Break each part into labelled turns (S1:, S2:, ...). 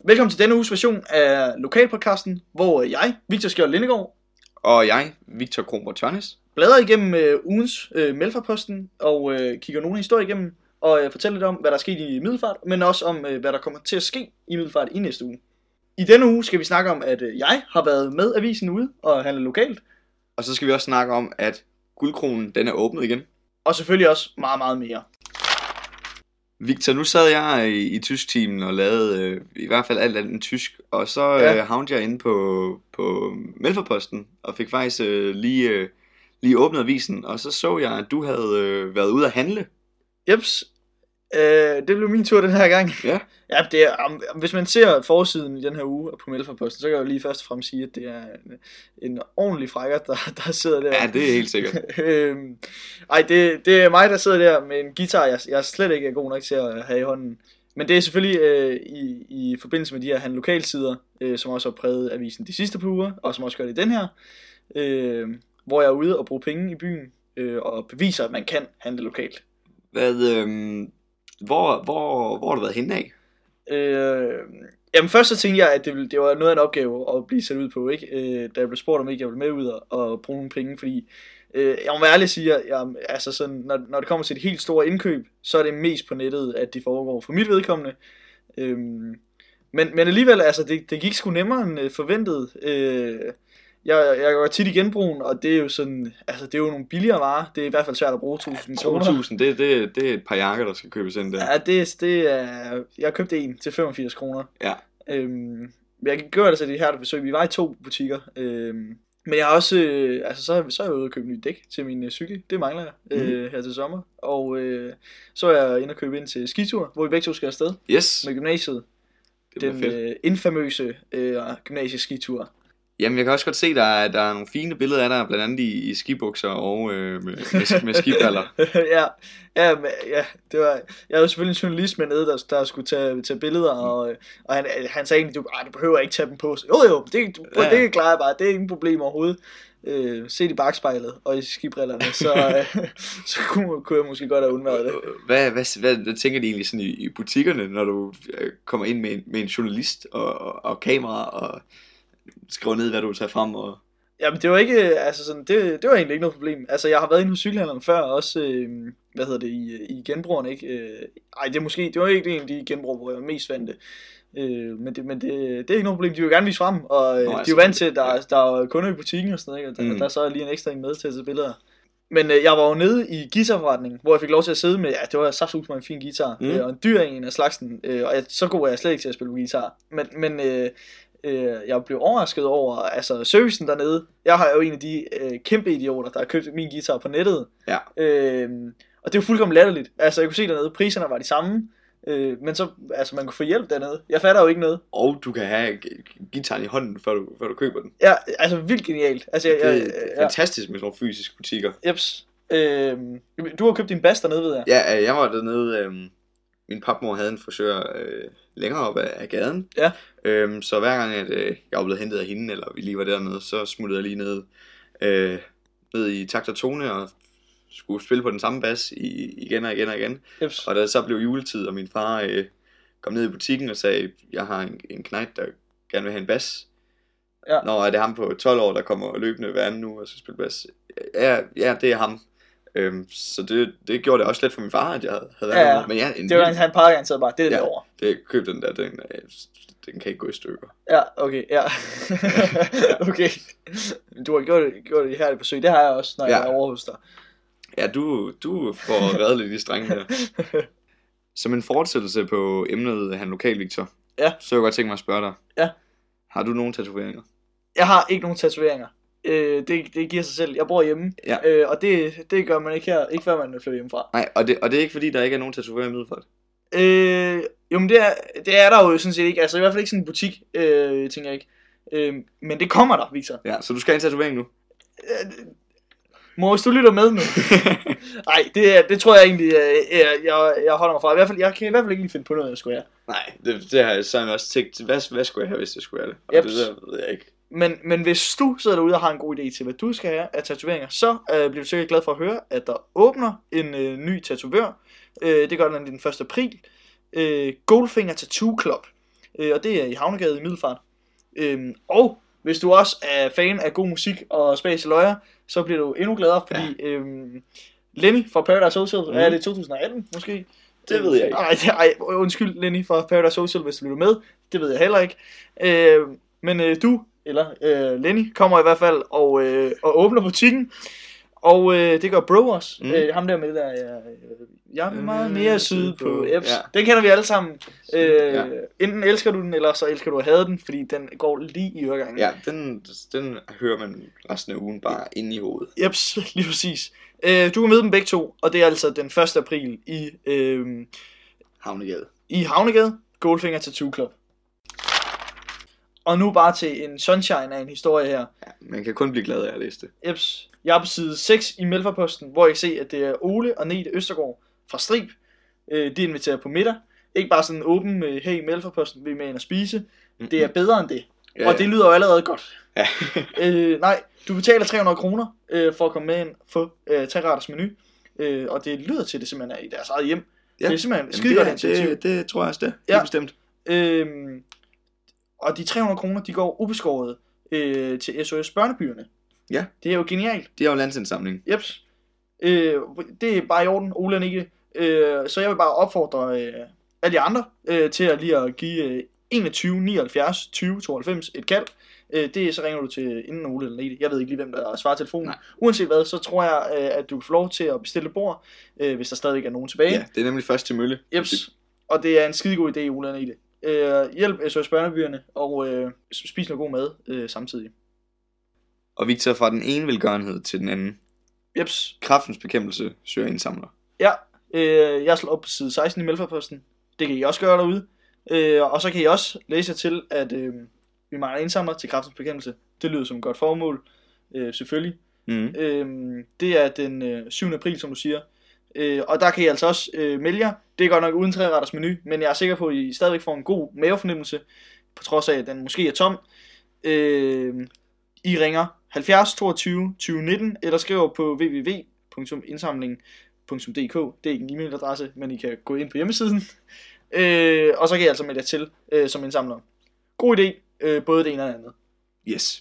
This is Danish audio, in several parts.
S1: Velkommen til denne uges version af Lokalpodcasten, hvor jeg, Victor Skjold Lindegaard,
S2: og jeg, Victor Kronborg Tørnes,
S1: bladrer igennem ugens Melfarposten og kigger nogle historier igennem og fortæller lidt om, hvad der er sket i Middelfart, men også om, hvad der kommer til at ske i Middelfart i næste uge. I denne uge skal vi snakke om, at jeg har været med avisen ude og handle lokalt.
S2: Og så skal vi også snakke om, at Guldkronen den er åbnet igen.
S1: Og selvfølgelig også meget, meget mere.
S2: Victor, nu sad jeg i tysk-teamen og lavede i hvert fald alt andet tysk, og så havnede jeg inde på Melfarposten og fik faktisk lige åbnet avisen, og så jeg, at du havde været ude at handle.
S1: Jeps, det blev min tur den her gang.
S2: Ja.
S1: Ja, det er, hvis man ser forsiden i den her uge på Melfarposten, så kan jeg jo lige først og fremmest sige, at det er en ordentlig frækker, der sidder der.
S2: Ja, det er helt sikkert.
S1: Det er mig, der sidder der med en guitar, jeg slet ikke er god nok til at have i hånden. Men det er selvfølgelig i forbindelse med de her handle lokalsider, som også har præget avisen de sidste par uger, og som også gør det i den her, hvor jeg er ude og bruge penge i byen, og beviser, at man kan handle lokalt.
S2: Hvor har du været henne af?
S1: Jamen først så tænkte jeg, at det var noget af en opgave at blive sat ud på, ikke? Da jeg blev spurgt om ikke jeg ville med ud og bruge nogle penge, fordi jeg må være ærlig at sige, altså sådan, når det kommer til et helt store indkøb, så er det mest på nettet, at de foregår for mit vedkommende. Men alligevel, altså det gik sgu nemmere end forventet. Jeg går tit i genbrugen, og det er jo sådan, altså det er jo nogle billigere varer. Det er i hvert fald svært at bruge 1.000 kroner.
S2: 2.000, det er et par jakker, der skal købes ind der.
S1: Ja, det er, jeg købte en til 85 kroner.
S2: Ja.
S1: Jeg gør det så det her besøg. Vi var i 2 butikker. Men jeg har også, så er jeg ude og købe nye dæk til min cykel. Det mangler jeg her til sommer. Og så er jeg inde og købe ind til skitur, hvor vi begge to skal afsted.
S2: Yes.
S1: Med gymnasiet. Den infamøse gymnasieskitur.
S2: Jamen, jeg kan også godt se, der er nogle fine billeder af dig, blandt andet i skibukser og med skibriller.
S1: ja, det var, jeg havde selvfølgelig en journalist med nede, der skulle tage billeder, og han sagde egentlig, du behøver ikke tage dem på. Jo, det klarer jeg bare, det er ingen problem overhovedet. Se i bagspejlet og i skibrillerne, så kunne jeg måske godt have undværet det.
S2: Hvad tænker de egentlig sådan i butikkerne, når du kommer ind med en journalist og kamera og skriver ned, hvad du tager frem og...
S1: Jamen det var ikke, altså sådan, det var egentlig ikke noget problem. Altså jeg har været inde hos cykelhandleren før, også, i genbrugerne, ikke? Det var ikke en af de genbrug, hvor jeg var mest vant det. Men det er ikke noget problem, de vil gerne vise frem, og de er jo vant til, at der er kunder i butikken og sådan noget, ikke? Og der er så lige en ekstra en med til at tage billeder. Men jeg var jo nede i guitarforretningen, hvor jeg fik lov til at sidde med, det var saftsus med en fin guitar, og en dyr en af slagsen, og så god er jeg slet ikke til at spille guitar. Men jeg blev overrasket over servicen dernede. Jeg har jo en af de kæmpe idioter, der har købt min guitar på nettet.
S2: Ja.
S1: Og det er jo fuldkommen latterligt. Altså jeg kunne se dernede, priserne var de samme, men så man kunne få hjælp dernede. Jeg fatter jo ikke noget.
S2: Og du kan have guitaren i hånden, før du køber den.
S1: Ja, altså vildt genialt. Altså,
S2: det er fantastisk med sådan nogle fysiske butikker.
S1: Jeps. Du har købt din bass dernede, ved jeg.
S2: Ja, jeg var dernede. Min papmor havde en frisør længere op af gaden.
S1: Ja.
S2: Så hver gang at jeg var blevet hentet af hende, eller vi lige var dernede, så smuttede jeg lige ned i takt og tone og skulle spille på den samme bas igen og igen. Jeps. Og da det så blev juletid, og min far kom ned i butikken og sagde, jeg har en knægt, der gerne vil have en bas. Ja. Nå, er det ham på 12 år, der kommer løbende hver anden uge og skal spille bas? Ja, det er ham. Så det gjorde det også lidt for min far, at jeg havde været med. Men
S1: det var han pegede han så bare, det er derovre.
S2: Køb den der, den kan ikke gå i stykker.
S1: Ja, okay, ja. Okay. Du har gjort det her i forsøg, det har jeg også, når jeg er over hos dig.
S2: Ja, du får reddet lidt i strengen der. Som en fortsættelse på emnet han lokal, Victor, så jeg godt tænke mig at spørge dig. Ja. Har du nogle tatoveringer? Jeg har ikke nogen tatoveringer.
S1: Det giver sig selv. Jeg bor hjemme, og det gør man ikke her, ikke før man flytter hjemmefra.
S2: Nej, og det er ikke fordi, der ikke er nogen tatoveringer i Middelfart?
S1: Jo, men det er der jo sådan set ikke. Altså i hvert fald ikke sådan en butik, tænker jeg ikke. Men det kommer der, Victor.
S2: Ja, så du skal have en tatovering nu?
S1: Hvis du lytter med nu. Nej, det tror jeg egentlig, jeg holder mig fra. Jeg kan i hvert fald ikke lige finde på noget, jeg skulle have.
S2: Nej, det har jeg sådan også tænkt. Hvad skulle jeg have, hvis jeg skulle have det? Og det ved jeg ikke.
S1: Men hvis du sidder derude og har en god idé til, hvad du skal have af tatoveringer, så bliver du sikkert glad for at høre, at der åbner en ny tatovør. Det gør den den 1. april. Goldfinger Tattoo Club. og det er i Havnegade i Middelfart. Og hvis du også er fan af god musik og Space Løjer, så bliver du endnu gladere, fordi Lenny fra Paradise Hotel, er det 2018 måske?
S2: Det ved jeg ikke.
S1: Nej, undskyld Lenny fra Paradise Hotel, hvis du lytter med. Det ved jeg heller ikke. Men du, eller Lenny, kommer i hvert fald og åbner butikken. Og det gør Bro også. Ham der med det der, jeg er meget mere syd på apps. Ja. Den kender vi alle sammen. Enten elsker du den, eller så elsker du at have den, fordi den går lige i øregangen.
S2: Ja, den hører man resten af ugen bare inde i hovedet.
S1: Jeps, lige præcis. Du kan møde dem begge to, og det er altså den 1. april i
S2: Havnegade.
S1: I Havnegade, Goldfinger Tattoo Club. Og nu bare til en sunshine af en historie her.
S2: Ja, man kan kun blive glad af at læse det.
S1: Jeps. Jeg er på side 6 i Mælkeposten, hvor jeg kan se, at det er Ole og Nete Østergaard fra Strib. De inviterer på middag. Ikke bare sådan åben med, hey Mælkeposten, vil I med ind og spise. Det er bedre end det. Ja, og det lyder jo allerede godt. Ja. Nej, du betaler 300 kroner for at komme med ind og få 3-retters menu. Og det lyder til, det simpelthen er i deres eget hjem. Ja. Det er simpelthen skide godt initiativ.
S2: Det tror jeg også, det er bestemt.
S1: Og de 300 kroner, de går ubeskåret til SOS Børnebyerne.
S2: Ja.
S1: Det er jo genialt.
S2: Det er jo landsindsamling.
S1: Jeps. Det er bare i orden, Ole og Nikke. Så jeg vil bare opfordre alle de andre til at lige at give 21 79 20 92 et kald. Det så ringer du til inden Ole eller Nikke. Jeg ved ikke lige, hvem der svarer telefonen. Nej. Uanset hvad, så tror jeg, at du kan få lov til at bestille bord, hvis der stadig er nogen tilbage.
S2: Ja, det er nemlig først til mølle.
S1: Jeps. Og det er en skidegod idé, Ole og Nikke. Hjælp SOS Børnebyerne og spis noget god mad samtidig.
S2: Og vi tager fra den ene velgørenhed til den anden.
S1: Jeps.
S2: Kræftens bekæmpelse søger indsamler.
S1: Ja, jeg slår op på side 16 i Mælkeposten. Det kan I også gøre derude. Og så kan I også læse til, at vi mangler indsamler til kræftens bekæmpelse. Det lyder som et godt formål, selvfølgelig. Det er den 7. april, som du siger. Og der kan I altså også melde jer. Det er godt nok uden 3-retters menu, men jeg er sikker på, at I stadigvæk får en god mavefornemmelse, på trods af, at den måske er tom. I ringer 70 22 20 19, eller skriver på www.indsamling.dk. Det er ikke en e-mailadresse, men I kan gå ind på hjemmesiden. Og så kan I altså melde jer til som indsamler. God idé, både det ene og det andet.
S2: Yes.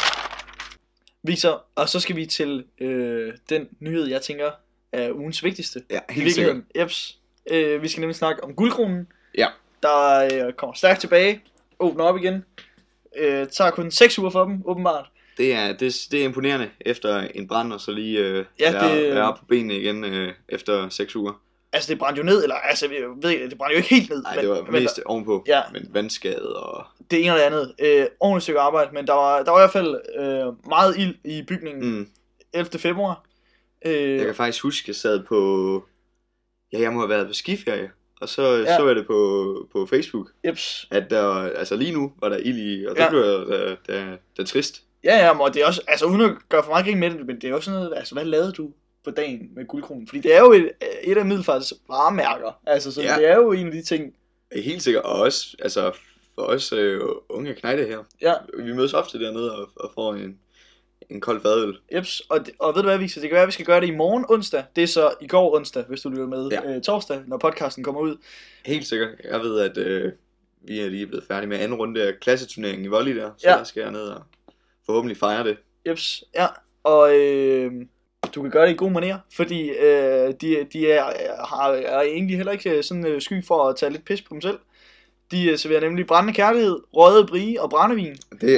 S1: Victor, og så skal vi til den nyhed, jeg tænker er ugens vigtigste.
S2: Ja, helt sikkert.
S1: Jeps. Vi skal nemlig snakke om Guldkronen.
S2: Ja.
S1: Der kommer stærkt tilbage. Åbner op igen. Tager kun 6 uger for dem, åbenbart.
S2: Det er imponerende efter en brand, og så lige være på benene igen efter 6 uger.
S1: Altså det brændte jo ned, eller altså jeg ved ikke, det brændte jo ikke helt ned.
S2: Nej, det var mest ovenpå, men vandskade og...
S1: Det ene og det andet. Ordentligt stykke arbejde, men der var i hvert fald meget ild i bygningen 11. februar.
S2: Jeg kan faktisk huske, at jeg sad på... Ja, jeg må have været på skiferie. Og så så jeg det på Facebook.
S1: Jeps.
S2: At der, altså lige nu var der ild i, og det blev der trist.
S1: Ja, og det er også, altså uden at gøre for meget grin med det, men det er jo sådan noget, altså hvad lavede du på dagen med Guldkronen? Fordi det er jo et af Middelfarts varemærker, altså så det er jo en af de ting.
S2: Helt sikkert, og også, altså for os unge knejte her.
S1: Ja.
S2: Vi mødes ofte dernede og får en kold fadøl.
S1: Jeps, og ved du hvad, Victor? Det kan være, at vi skal gøre det i morgen onsdag. Det er så i går onsdag, hvis du lytter med torsdag, når podcasten kommer ud.
S2: Helt sikkert. Jeg ved, at vi er lige blevet færdige med anden runde af klasseturneringen i volley der. Så jeg skal ned og forhåbentlig fejre det.
S1: Jeps, ja. Og du kan gøre det i god manér, fordi de er egentlig heller ikke sådan sky for at tage lidt pis på dem selv. De serverer nemlig brændende kærlighed, røget brie og brændevin.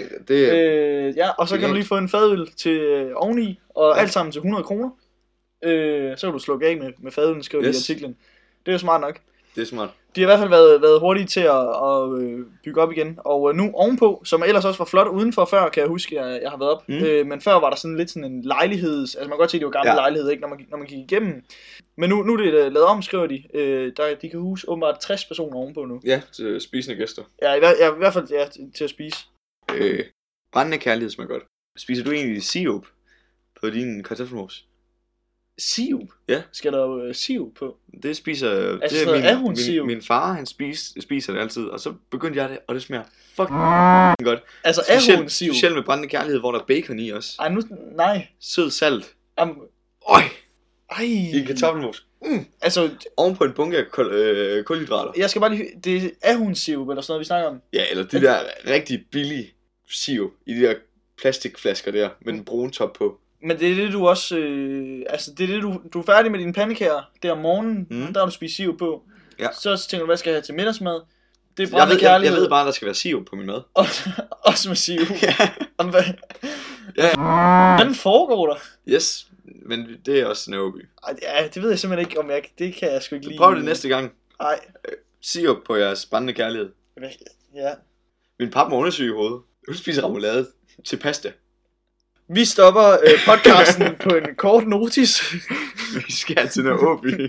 S1: Og så kan du lige få en fadøl til oveni, og alt sammen til 100 kroner. Så kan du slukke af med fadølen, skriver de i artiklen. Det er jo smart nok.
S2: Det er smart.
S1: De har i hvert fald været hurtige til at bygge op igen. Og nu ovenpå, som ellers også var flot udenfor før, kan jeg huske, jeg har været op. Men før var der sådan lidt sådan en lejligheds... Altså man kan godt se, det var gamle lejlighed, ikke, når man gik igennem. Men nu er det lavet om, skriver de. De kan huse åbenbart 60 personer ovenpå nu.
S2: Ja, til spisende gæster.
S1: Ja, i hvert fald til at spise.
S2: Brændende kærlighed smager godt. Spiser du egentlig sirup på din kartoffelmos?
S1: Sirup?
S2: Ja.
S1: Skal der jo sirup på?
S2: Det spiser...
S1: Altså
S2: det er min far, han spiser det altid, og så begyndte jeg det, og det smager fucking godt.
S1: Altså ahornsirup?
S2: Specielt med brændende kærlighed, hvor der er bacon i også.
S1: Nej.
S2: Sød salt.
S1: Ej.
S2: I kartoffelmos.
S1: Altså,
S2: oven på en bunke af kulhydrater.
S1: jeg skal bare lige... Det er ahornsirup eller sådan noget, vi snakker om.
S2: Ja, eller det der rigtig billige sirup i de der plastikflasker der, med den brune top på.
S1: Men det er det, du også... altså, det er det, du er færdig med dine pandekager der om morgenen. Der har du spist sirup på.
S2: Ja.
S1: Så tænker du, hvad skal jeg have til middagsmad? Det er
S2: jeg
S1: kærlighed.
S2: ved bare, der skal være sirup på min mad.
S1: Også med sirup.
S2: Ja.
S1: Ja. Hvordan foregår der?
S2: Yes, men det er også Nørreby.
S1: Ja, det ved jeg simpelthen ikke, om jeg... Det kan jeg sgu ikke lide.
S2: Prøv det næste gang.
S1: Nej.
S2: Sirup på jeres brændende kærlighed.
S1: Ja.
S2: Min pappa er undersyg i hovedet. Hun spiser remoulade til pasta.
S1: Vi stopper podcasten på en kort notis.
S2: Vi skal til Nørreby.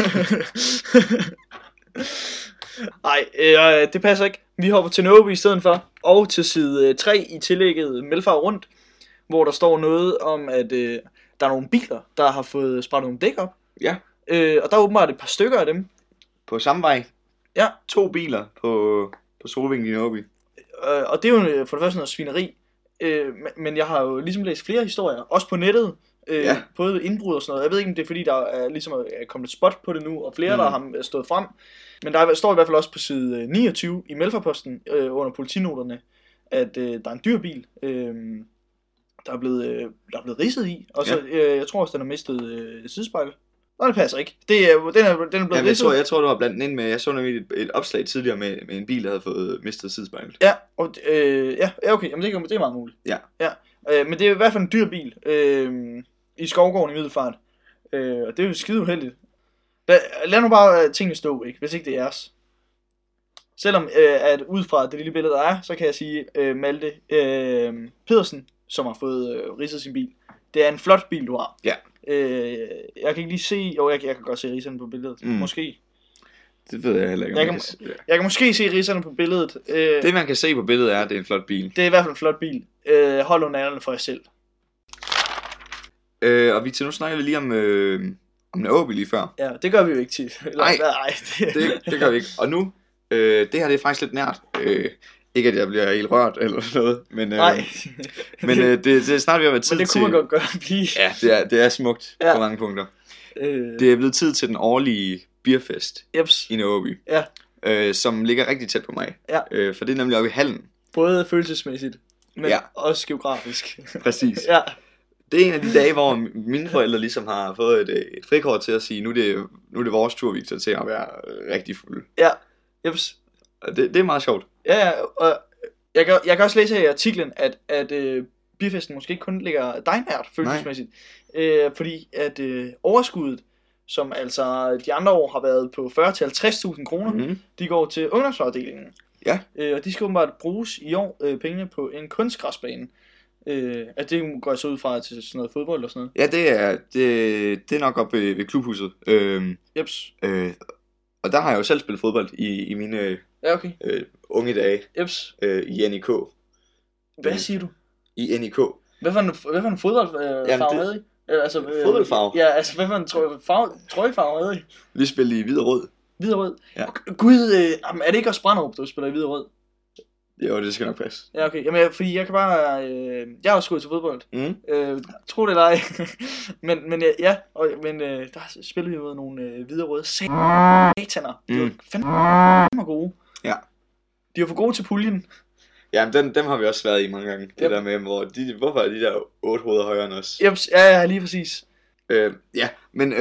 S1: Nej, det passer ikke. Vi hopper til Nørreby i stedet for. Og til side 3 i tillægget Melfar rundt, hvor der står noget om, at der er nogle biler, der har fået sprættet nogle dæk op.
S2: Ja.
S1: Og der er åbenbart et par stykker af dem.
S2: På samme vej.
S1: Ja.
S2: 2 biler på Solvingen i Nørreby.
S1: Og det er jo for det første noget svineri. Men jeg har jo ligesom læst flere historier, også på nettet. Både indbrud og sådan noget. Jeg ved ikke, om det er fordi, der er ligesom er kommet et spot på det nu, og flere, der har stået frem. Men der står i hvert fald også på side 29 i Melfarposten under politinoterne, at der er en dyr bil, der er blevet ridset i. Og så, jeg tror også, den har mistet sidespejlet. Nej, det passer ikke. Den er blevet ridset.
S2: Jeg tror, du har blandet ind med, jeg så nemlig et opslag tidligere med en bil, der havde fået mistet sidespejlet.
S1: Ja, og, okay. Jamen, det er meget muligt.
S2: Ja.
S1: Men det er i hvert fald en dyr bil i Skovgården i Middelfart. Og det er jo skide uheldigt. Lad nu bare tingene stå, ikke? Hvis ikke det er jeres. Selvom at ud fra det lille billede der er, så kan jeg sige Malte Pedersen, som har fået ridset sin bil. Det er en flot bil, du har.
S2: Ja.
S1: Jeg kan ikke lige se, jeg kan godt se ridserne på billedet. Måske.
S2: Det ved jeg heller ikke.
S1: Jeg kan måske se ridserne på billedet.
S2: Det man kan se på billedet er, at det er en flot bil.
S1: Det er i hvert fald en flot bil. Hold under ærerne for jer selv.
S2: Og nu snakker vi lige om Nørreby lige før.
S1: Ja, det gør vi jo ikke tit.
S2: Nej, det gør vi ikke. Og nu, det her det er faktisk lidt nært. Ikke at jeg bliver helt rørt eller noget, men, det er snart ved at være tid til...
S1: Men det kunne man godt gøre blive.
S2: Ja, det er smukt på mange punkter. Det er blevet tid til den årlige beerfest i Nørreby, som ligger rigtig tæt på mig. For det er nemlig oppe i hallen.
S1: Både følelsesmæssigt, men også geografisk.
S2: Præcis. Ja. Det er en af de dage, hvor mine forældre ligesom har fået et frikort til at sige, nu er det vores tur, Victor, til at være rigtig fulde.
S1: Ja, jeps.
S2: Det er meget sjovt.
S1: Ja, og jeg kan også læse her i artiklen, at beerfesten måske ikke kun ligger dig nært følelsesmæssigt. Fordi at overskuddet, som altså de andre år har været på 40-50.000 kroner, de går til ungdomsafdelingen. Ja. Og de skal åbenbart bruges i år pengene på en kunstgræsbane. At det går så ud fra til sådan noget fodbold og sådan noget.
S2: Ja, det er nok op ved klubhuset.
S1: Jeps.
S2: Og der har jeg jo selv spillet fodbold i mine unge dage.
S1: Jeps.
S2: I NIK.
S1: Hvad siger du?
S2: I NIK.
S1: Hvad for en fodboldfarve havde I? Altså,
S2: fodboldfarve?
S1: Ja, altså hvad for en trøjefarve havde I?
S2: Vi spillede i hvid og rød.
S1: Hvid og rød? Ja. Gud, er det ikke også Branderup, du spiller i hvid og rød?
S2: Jo, det skal nok passe.
S1: Ja, okay. Jamen, fordi jeg kan bare... jeg har også gået til fodbold. Tro det eller ej. men der spiller vi mod nogle hvide og røde sataner. De var fandme gode. Ja. De var for gode til puljen.
S2: Ja, men dem har vi også været i mange gange. Det der med, hvorfor er de der 8 hoveder højere end os?
S1: Ja, lige præcis.
S2: Ja, men...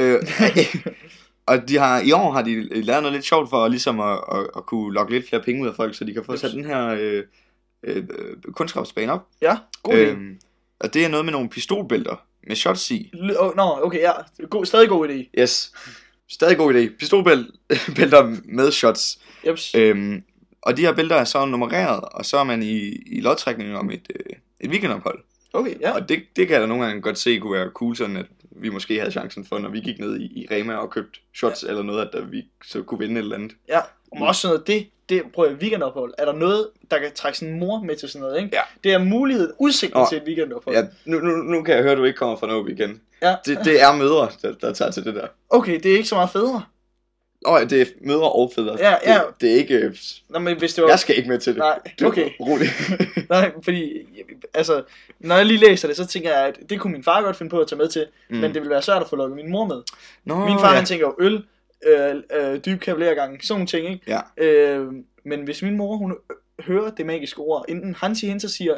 S2: Og i år har de lavet noget lidt sjovt for ligesom at kunne lokke lidt flere penge ud af folk, så de kan få sat den her kunstgræsbane op.
S1: Ja, god idé.
S2: Og det er noget med nogle pistolbælter med shots i.
S1: Okay, ja. Stadig god idé.
S2: Yes. Stadig god idé. Pistolbælter med shots.
S1: Jeps.
S2: Og de her bælter er så nummereret, og så er man i lodtrækning om et weekendophold.
S1: Okay, ja.
S2: Og det kan jeg da nogle gange godt se kunne være cool, sådan at vi måske havde chancen for, når vi gik ned i Rema og købte shots eller noget, at vi så kunne vinde et eller andet.
S1: Ja, og også sådan noget, prøv at weekendophold. Er der noget, der kan trække sådan en mor med til sådan noget, ikke?
S2: Ja.
S1: Det er muligheden, udsigten til et weekendophold.
S2: Ja, nu kan jeg høre, at du ikke kommer fra Nørreby igen. Ja. Det er mødre, der tager til det der.
S1: Okay, det er ikke så meget fædre.
S2: det er mødre og fædre.
S1: Ja.
S2: Det er ikke...
S1: Nå, men hvis det var...
S2: Jeg skal ikke med til det.
S1: Nej, okay.
S2: Rolig.
S1: Nej, fordi, altså, når jeg lige læser det, så tænker jeg, at det kunne min far godt finde på at tage med til, men det ville være svært at få lukket min mor med. Min far, han tænker jo øl, dyb kavalergang, sådan nogle ting, ikke?
S2: Ja.
S1: Men hvis min mor, hun hører det magiske ord, enten Hansi Hintersier,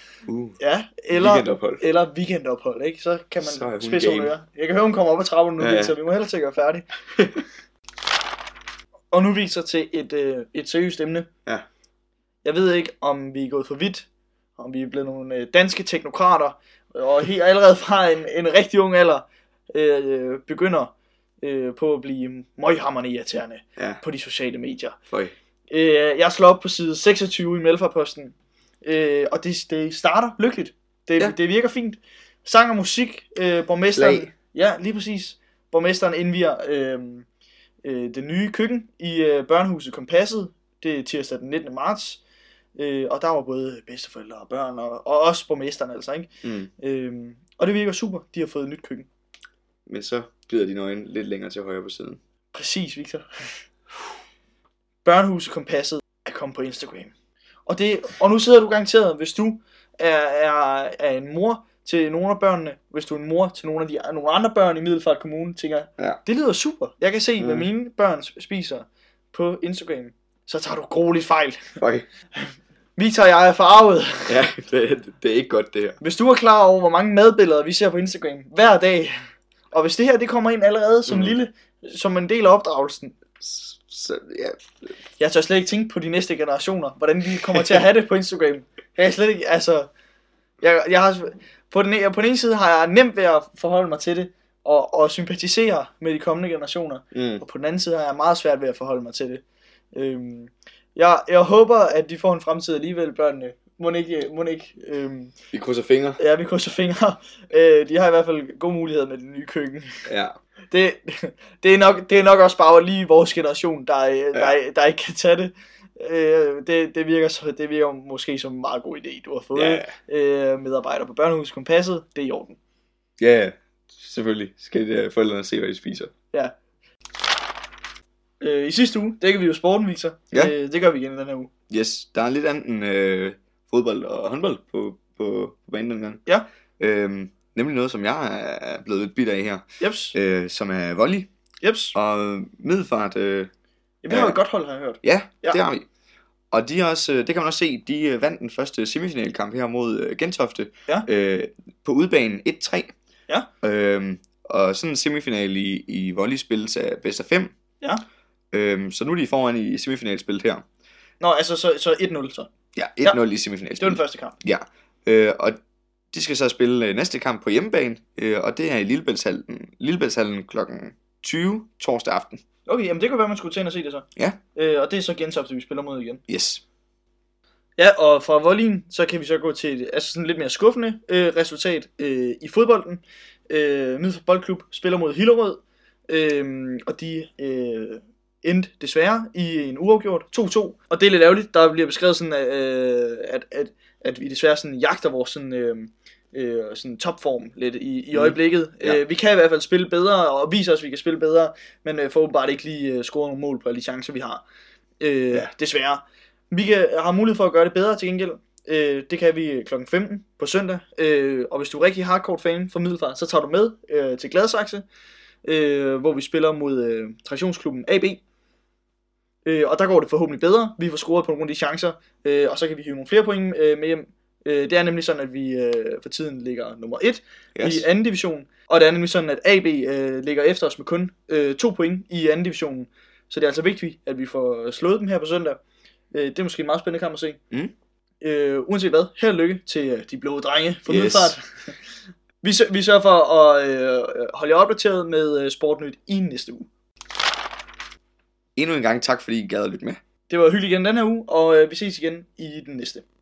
S1: eller weekendophold, ikke? Så kan man spidse hun øre. Jeg kan høre, hun kommer op ad trappen nu, så vi må hellere til at gøre færdig. Og nu viser til et seriøst emne.
S2: Ja.
S1: Jeg ved ikke, om vi er gået for vidt, om vi er blevet nogle danske teknokrater, og allerede fra en rigtig ung alder begynder på at blive møghamrende irriterende på de sociale medier. Jeg slår op på side 26 i Melfarposten, og det starter lykkeligt. Det virker fint. Sang og musik, borgmesteren... Ja, lige præcis. Borgmesteren indvier det nye køkken i børnehuset Kompasset. Det er tirsdag den 19. marts. Og der var både bedsteforældre og børn, og også borgmesteren altså, ikke? Og det virker super, de har fået et nyt køkken.
S2: Men så glider dine øjne lidt længere til højre på siden.
S1: Præcis, Victor. Børnehuset Kompasset er kommet på Instagram. Og nu sidder du garanteret, hvis du er en mor til nogle af børnene, hvis du er en mor til nogle andre børn i Middelfart Kommune, tænker, det lyder super. Jeg kan se, hvad mine børn spiser på Instagram. Så tager du grueligt fejl. Victor og jeg er forarvet.
S2: Ja, det er ikke godt det her.
S1: Hvis du er klar over, hvor mange madbilleder vi ser på Instagram hver dag, og hvis det her det kommer ind allerede som en del af opdragelsen, jeg tør slet ikke tænke på de næste generationer, hvordan de kommer til at have det på Instagram. Jeg er slet ikke, altså, jeg har, på den ene side har jeg nemt ved at forholde mig til det, og sympatisere med de kommende generationer, og på den anden side har jeg meget svært ved at forholde mig til det. Jeg håber, at de får en fremtid alligevel, børnene. Må ikke.
S2: Vi krydser fingre.
S1: Ja, vi krydser fingre. De har i hvert fald gode muligheder med det nye køkken.
S2: Ja.
S1: Det er nok også bare lige vores generation, der ikke kan tage det. Det virker måske som en meget god idé, du har fået. Medarbejdere på børnehuset Kompasset. Det er i orden.
S2: Ja, selvfølgelig skal forældrene se, hvad de spiser.
S1: Ja. I sidste uge dækkede vi jo sporten, Victor. Det gør vi igen i den her uge.
S2: Yes, der er lidt andet end fodbold og håndbold på banen den gang.
S1: Ja.
S2: Nemlig noget, som jeg er blevet lidt bitter af her.
S1: Jeps.
S2: Som er volley.
S1: Jeps.
S2: Og Middelfart.
S1: Vi har jo et godt hold, har jeg hørt.
S2: Ja, det har vi. Og de også, det kan man også se, de vandt den første semifinalkamp her mod Gentofte. På udbanen 1-3.
S1: Ja.
S2: Og sådan en semifinal i volley spilles af bedst af 5.
S1: Ja.
S2: Så nu er de foran i semifinalspillet her.
S1: Nå, altså så 1-0 så.
S2: Ja, 1-0 i semifinalspillet.
S1: Det var den første kamp.
S2: Ja. Og de skal så spille næste kamp på hjemmebane, og det er i Lillebæltshallen kl. 20 torsdag aften.
S1: Okay, jamen det kunne være, man skulle tænke og se det så.
S2: Ja.
S1: Og det er så Gentofte, vi spiller mod igen.
S2: Yes.
S1: Ja, og fra volleyen, så kan vi så gå til sådan lidt mere skuffende resultat i fodbolden. Middelfart Boldklub spiller mod Hillerød, og de endte desværre i en uafgjort 2-2. Og det er lidt ærgerligt, der bliver beskrevet sådan, at vi desværre sådan jagter vores sådan topform lidt i øjeblikket. Vi kan i hvert fald spille bedre, og vise os, at vi kan spille bedre, men får åbenbart ikke lige score nogle mål på alle de chancer, vi har. Desværre. Vi har mulighed for at gøre det bedre til gengæld. Det kan vi kl. 15 på søndag. Og hvis du er rigtig hardcore fan for Middelfart, så tager du med til Gladsaxe, hvor vi spiller mod traditionsklubben AB. Og der går det forhåbentlig bedre. Vi får scoret på nogle af de chancer, og så kan vi hive nogle flere point med hjem. Det er nemlig sådan, at vi for tiden ligger nummer 1 i anden division. Og det er nemlig sådan, at AB ligger efter os med kun 2 point i anden divisionen. Så det er altså vigtigt, at vi får slået dem her på søndag. Det er måske en meget spændende kamp at se. Uanset hvad, held og lykke til de blå drenge for Middelfart. Vi sørger for at holde jer opdateret med Sportnyt i næste uge.
S2: Endnu en gang tak, fordi I gad at lytte med.
S1: Det var hyggeligt igen den her uge, og vi ses igen i den næste.